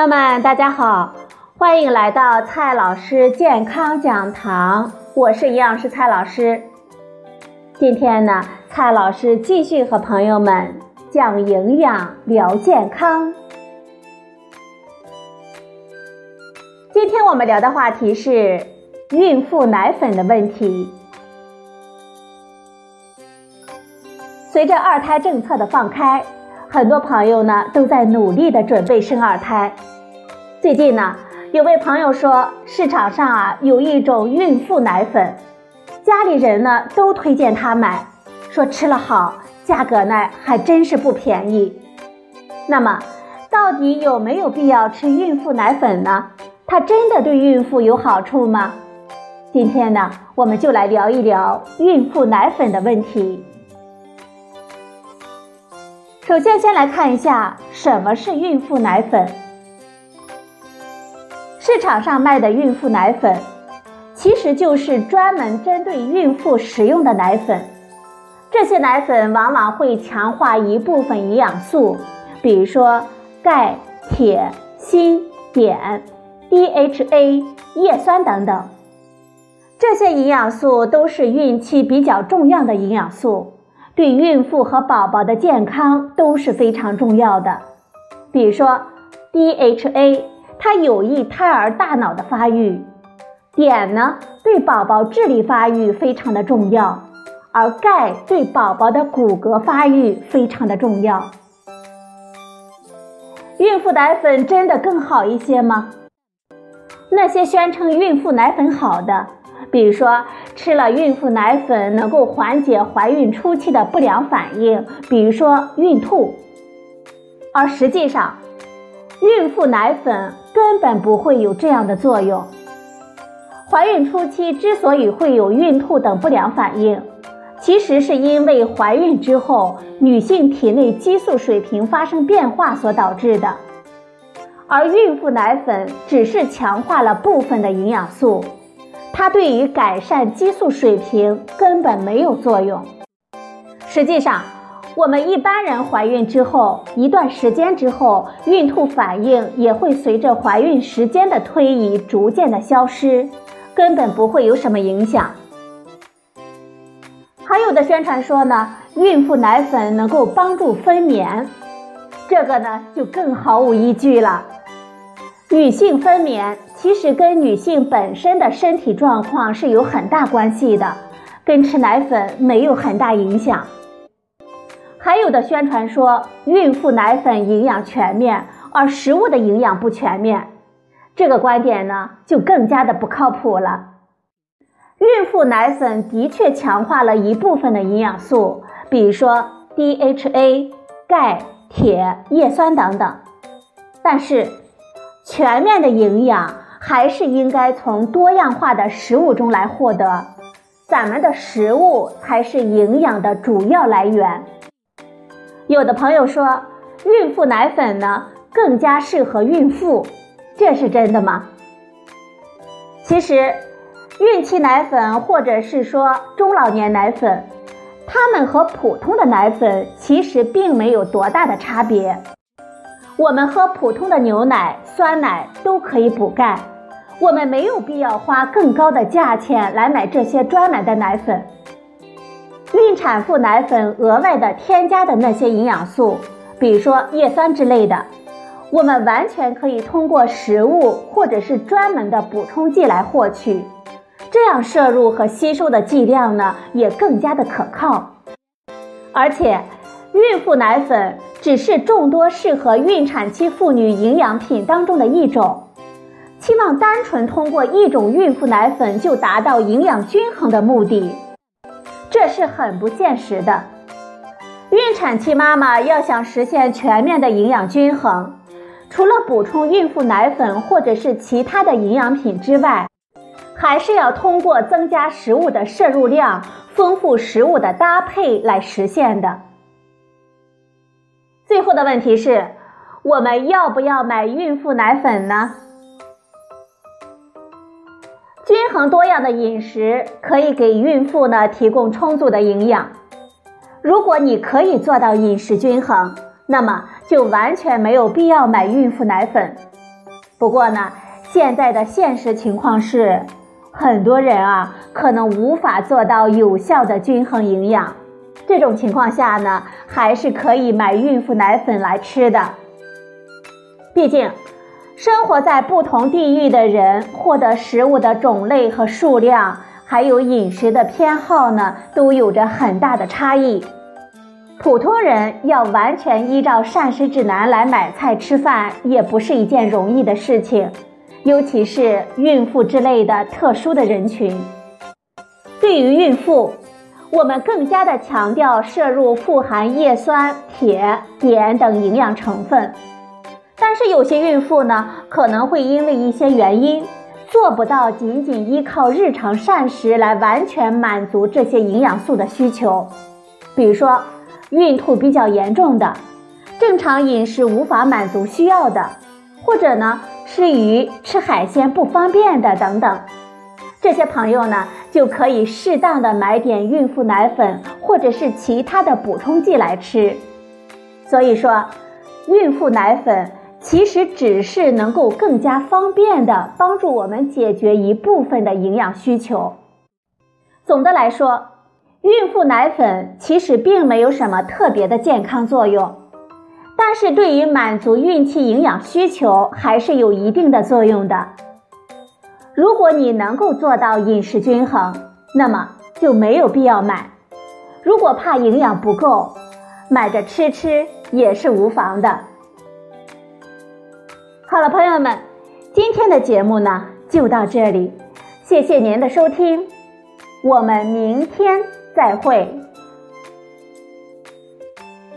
们，大家好，欢迎来到蔡老师健康讲堂，我是营养师蔡老师。今天呢，蔡老师继续和朋友们讲营养聊健康。今天我们聊的话题是孕妇奶粉的问题。随着二胎政策的放开，很多朋友呢都在努力的准备生二胎。最近呢，有位朋友说市场上有一种孕妇奶粉，家里人呢都推荐他买，说吃了好，价格呢还真是不便宜。那么到底有没有必要吃孕妇奶粉呢？它真的对孕妇有好处吗？今天呢，我们就来聊一聊孕妇奶粉的问题。首先来看一下什么是孕妇奶粉。市场上卖的孕妇奶粉其实就是专门针对孕妇使用的奶粉。这些奶粉往往会强化一部分营养素，比如说钙、铁、锌、碘、DHA、叶酸等等。这些营养素都是孕期比较重要的营养素，对孕妇和宝宝的健康都是非常重要的。比如说 DHA， 它有益胎儿大脑的发育，碘呢对宝宝智力发育非常的重要，而钙对宝宝的骨骼发育非常的重要。孕妇奶粉真的更好一些吗？那些宣称孕妇奶粉好的，比如说吃了孕妇奶粉能够缓解怀孕初期的不良反应，比如说孕吐。而实际上，孕妇奶粉根本不会有这样的作用。怀孕初期之所以会有孕吐等不良反应，其实是因为怀孕之后女性体内激素水平发生变化所导致的。而孕妇奶粉只是强化了部分的营养素，它对于改善激素水平根本没有作用。实际上，我们一般人怀孕之后一段时间之后，孕吐反应也会随着怀孕时间的推移逐渐的消失，根本不会有什么影响。还有的宣传说呢，孕妇奶粉能够帮助分娩，这个呢就更毫无依据了。女性分娩其实跟女性本身的身体状况是有很大关系的，跟吃奶粉没有很大影响。还有的宣传说孕妇奶粉营养全面，而食物的营养不全面，这个观点呢就更加的不靠谱了。孕妇奶粉的确强化了一部分的营养素，比如说 DHA、钙、铁、叶酸等等，但是全面的营养还是应该从多样化的食物中来获得，咱们的食物才是营养的主要来源。有的朋友说孕妇奶粉呢更加适合孕妇，这是真的吗？其实孕期奶粉或者是说中老年奶粉，它们和普通的奶粉其实并没有多大的差别。我们喝普通的牛奶、酸奶都可以补钙，我们没有必要花更高的价钱来买这些专门的奶粉。孕产妇奶粉额外的添加的那些营养素，比如说叶酸之类的，我们完全可以通过食物或者是专门的补充剂来获取，这样摄入和吸收的剂量呢也更加的可靠。而且孕妇奶粉只是众多适合孕产期妇女营养品当中的一种，期望单纯通过一种孕妇奶粉就达到营养均衡的目的，这是很不现实的。孕产期妈妈要想实现全面的营养均衡，除了补充孕妇奶粉或者是其他的营养品之外，还是要通过增加食物的摄入量、丰富食物的搭配来实现的。最后的问题是，我们要不要买孕妇奶粉呢？均衡多样的饮食可以给孕妇呢提供充足的营养。如果你可以做到饮食均衡，那么就完全没有必要买孕妇奶粉。 不过呢，现在的现实情况是，很多人可能无法做到有效的均衡营养。这种情况下呢，还是可以买孕妇奶粉来吃的。毕竟，生活在不同地域的人获得食物的种类和数量，还有饮食的偏好呢，都有着很大的差异。普通人要完全依照膳食指南来买菜吃饭，也不是一件容易的事情，尤其是孕妇之类的特殊的人群。对于孕妇，我们更加的强调摄入富含叶酸、铁、碘等营养成分。但是有些孕妇呢，可能会因为一些原因，做不到仅仅依靠日常膳食来完全满足这些营养素的需求。比如说，孕吐比较严重的，正常饮食无法满足需要的，或者呢，吃鱼、吃海鲜不方便的等等。这些朋友呢，就可以适当的买点孕妇奶粉或者是其他的补充剂来吃。所以说，孕妇奶粉其实只是能够更加方便的帮助我们解决一部分的营养需求。总的来说，孕妇奶粉其实并没有什么特别的健康作用，但是对于满足孕期营养需求还是有一定的作用的。如果你能够做到饮食均衡，那么就没有必要买。如果怕营养不够，买着吃吃也是无妨的。好了，朋友们，今天的节目呢就到这里，谢谢您的收听，我们明天再会。